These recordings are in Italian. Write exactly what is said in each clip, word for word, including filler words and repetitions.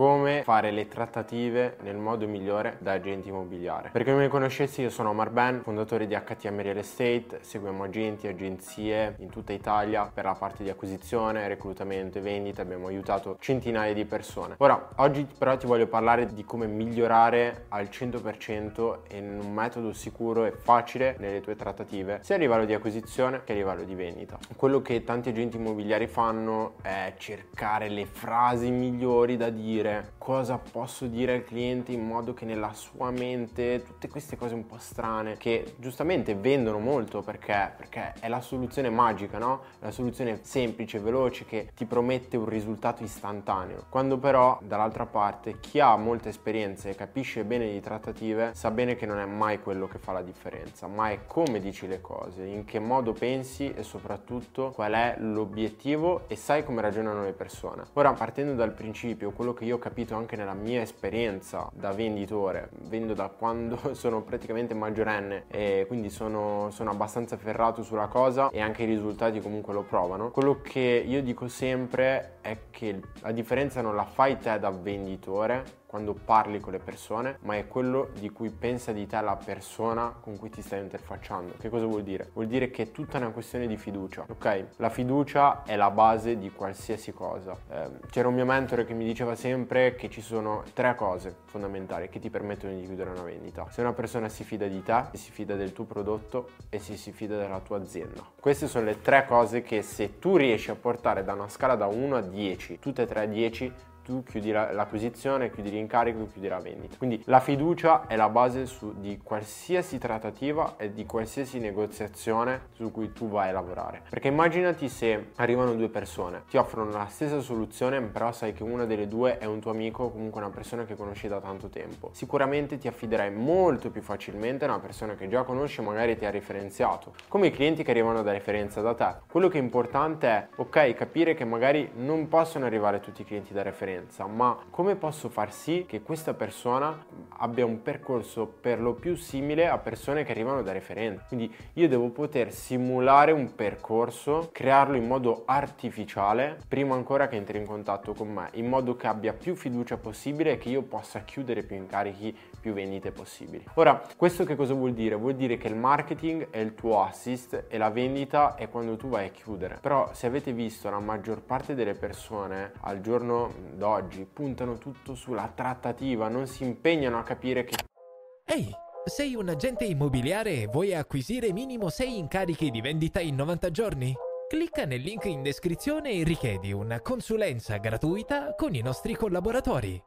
come fare le trattative nel modo migliore da agente immobiliare. Per chi non mi conoscesse, io sono Omar Ben, fondatore di H T M Real Estate. Seguiamo agenti, agenzie in tutta Italia per la parte di acquisizione, reclutamento e vendita. Abbiamo aiutato centinaia di persone. Ora, oggi però ti voglio parlare di come migliorare al cento per cento in un metodo sicuro e facile nelle tue trattative, sia a livello di acquisizione che a livello di vendita. Quello che tanti agenti immobiliari fanno è cercare le frasi migliori da dire, cosa posso dire al cliente in modo che nella sua mente, tutte queste cose un po' strane che giustamente vendono molto perché, perché è la soluzione magica, no? La soluzione semplice, veloce, che ti promette un risultato istantaneo. Quando però dall'altra parte chi ha molta esperienza e capisce bene di trattative sa bene che non è mai quello che fa la differenza, ma è come dici le cose, in che modo pensi e soprattutto qual è l'obiettivo e sai come ragionano le persone. Ora, partendo dal principio, quello che io ho capito anche nella mia esperienza da venditore, vendo da quando sono praticamente maggiorenne e quindi sono, sono abbastanza ferrato sulla cosa e anche i risultati comunque lo provano, quello che io dico sempre è che la differenza non la fai te da venditore quando parli con le persone, ma è quello di cui pensa di te la persona con cui ti stai interfacciando. Che cosa vuol dire? Vuol dire che è tutta una questione di fiducia, ok? La fiducia è la base di qualsiasi cosa. Eh, c'era un mio mentore che mi diceva sempre che ci sono tre cose fondamentali che ti permettono di chiudere una vendita. Se una persona si fida di te, se si fida del tuo prodotto e se si fida della tua azienda. Queste sono le tre cose che se tu riesci a portare da una scala da uno a dieci, tutte e tre a dieci, tu chiudi l'acquisizione, chiudi l'incarico, chiudi la vendita. Quindi la fiducia è la base su, di qualsiasi trattativa e di qualsiasi negoziazione su cui tu vai a lavorare. Perché immaginati se arrivano due persone, ti offrono la stessa soluzione, però sai che una delle due è un tuo amico o comunque una persona che conosci da tanto tempo. Sicuramente ti affiderai molto più facilmente a una persona che già conosci e magari ti ha referenziato, come i clienti che arrivano da referenza da te. Quello che è importante è, ok, capire che magari non possono arrivare tutti i clienti da referenza, ma come posso far sì che questa persona abbia un percorso per lo più simile a persone che arrivano da referenza. Quindi io devo poter simulare un percorso, crearlo in modo artificiale prima ancora che entri in contatto con me, in modo che abbia più fiducia possibile e che io possa chiudere più incarichi, più vendite possibili. Ora, questo che cosa vuol dire? Vuol dire che il marketing è il tuo assist e la vendita è quando tu vai a chiudere. Però se avete visto, la maggior parte delle persone al giorno d'oggi puntano tutto sulla trattativa, non si impegnano a capire che... Ehi, sei un agente immobiliare e vuoi acquisire minimo sei incarichi di vendita in novanta giorni? Clicca nel link in descrizione e richiedi una consulenza gratuita con i nostri collaboratori.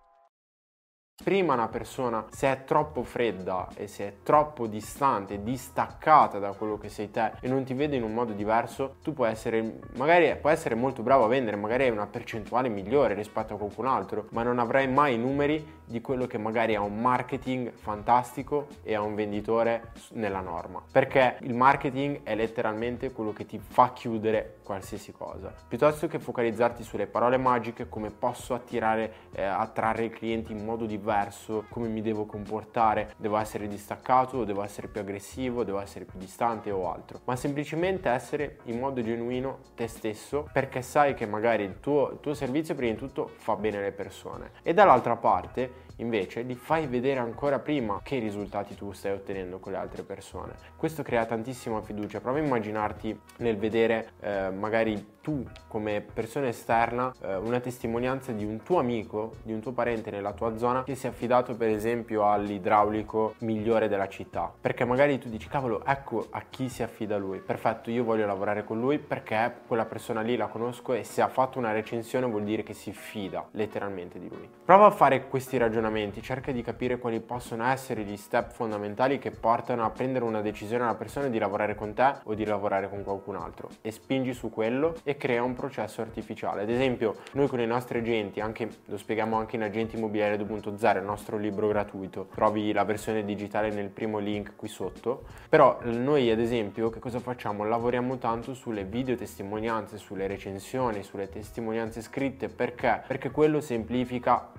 Prima una persona, se è troppo fredda e se è troppo distante, distaccata da quello che sei te e non ti vede in un modo diverso, tu puoi essere, magari puoi essere molto bravo a vendere, magari hai una percentuale migliore rispetto a qualcun altro, ma non avrai mai i numeri di quello che magari ha un marketing fantastico e ha un venditore nella norma. Perché il marketing è letteralmente quello che ti fa chiudere qualsiasi cosa. Piuttosto che focalizzarti sulle parole magiche, come posso attirare, eh, attrarre i clienti in modo diverso, verso come mi devo comportare, devo essere distaccato, devo essere più aggressivo, devo essere più distante o altro, ma semplicemente essere in modo genuino te stesso, perché sai che magari il tuo, il tuo servizio prima di tutto fa bene alle persone e dall'altra parte invece li fai vedere ancora prima che risultati tu stai ottenendo con le altre persone. Questo crea tantissima fiducia. Prova a immaginarti nel vedere eh, magari tu come persona esterna eh, una testimonianza di un tuo amico, di un tuo parente nella tua zona che si è affidato per esempio all'idraulico migliore della città, perché magari tu dici cavolo, ecco a chi si affida lui, perfetto, io voglio lavorare con lui perché quella persona lì la conosco e se ha fatto una recensione vuol dire che si fida letteralmente di lui. Prova a fare questi ragionamenti, cerca di capire quali possono essere gli step fondamentali che portano a prendere una decisione alla persona di lavorare con te o di lavorare con qualcun altro e spingi su quello e crea un processo artificiale. Ad esempio noi con i nostri agenti, anche lo spieghiamo anche in Agenti Immobiliari due punto zero, il nostro libro gratuito, trovi la versione digitale nel primo link qui sotto. Però noi ad esempio che cosa facciamo? Lavoriamo tanto sulle video testimonianze, sulle recensioni, sulle testimonianze scritte. Perché? Perché quello semplifica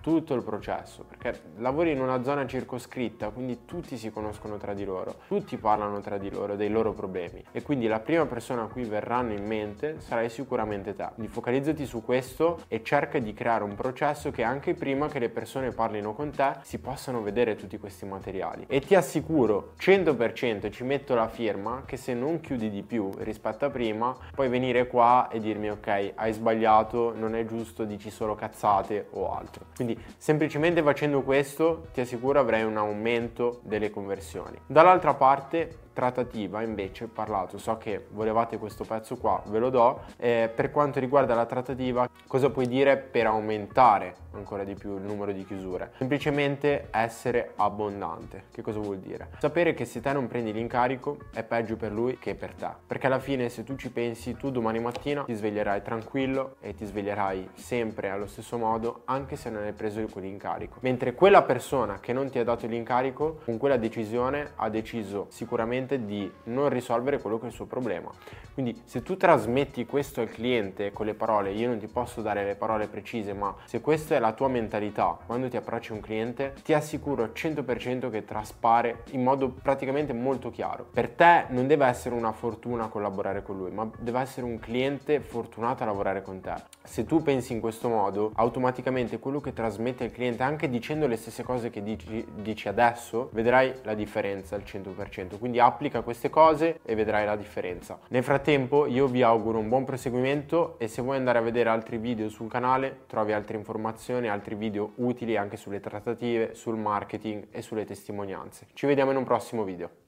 tutto il processo, perché lavori in una zona circoscritta, quindi tutti si conoscono tra di loro, tutti parlano tra di loro dei loro problemi e quindi la prima persona a cui verranno in mente sarai sicuramente te. Quindi focalizzati su questo e cerca di creare un processo che anche prima che le persone parlino con te si possano vedere tutti questi materiali, e ti assicuro cento per cento, ci metto la firma, che se non chiudi di più rispetto a prima puoi venire qua e dirmi ok, hai sbagliato, non è giusto, dici solo cazzate o altro. Quindi semplicemente facendo questo ti assicuro avrai un aumento delle conversioni. Dall'altra parte, trattativa invece, parlato, so che volevate questo pezzo qua, ve lo do. Eh, per quanto riguarda la trattativa, cosa puoi dire per aumentare ancora di più il numero di chiusure? Semplicemente essere abbondante. Che cosa vuol dire? Sapere che se te non prendi l'incarico è peggio per lui che per te, perché alla fine se tu ci pensi, tu domani mattina ti sveglierai tranquillo e ti sveglierai sempre allo stesso modo anche se non hai preso quell'incarico, mentre quella persona che non ti ha dato l'incarico con quella decisione ha deciso sicuramente di non risolvere quello che è il suo problema. Quindi se tu trasmetti questo al cliente con le parole, io non ti posso dare le parole precise, ma se questa è la tua mentalità quando ti approcci un cliente, ti assicuro al cento per cento che traspare in modo praticamente molto chiaro. Per te non deve essere una fortuna collaborare con lui, ma deve essere un cliente fortunato a lavorare con te. Se tu pensi in questo modo, automaticamente quello che trasmette al cliente, anche dicendo le stesse cose che dici, dici adesso, vedrai la differenza al cento per cento. Quindi applica queste cose e vedrai la differenza. Nel frattempo io vi auguro un buon proseguimento e se vuoi andare a vedere altri video sul canale trovi altre informazioni, altri video utili anche sulle trattative, sul marketing e sulle testimonianze. Ci vediamo in un prossimo video.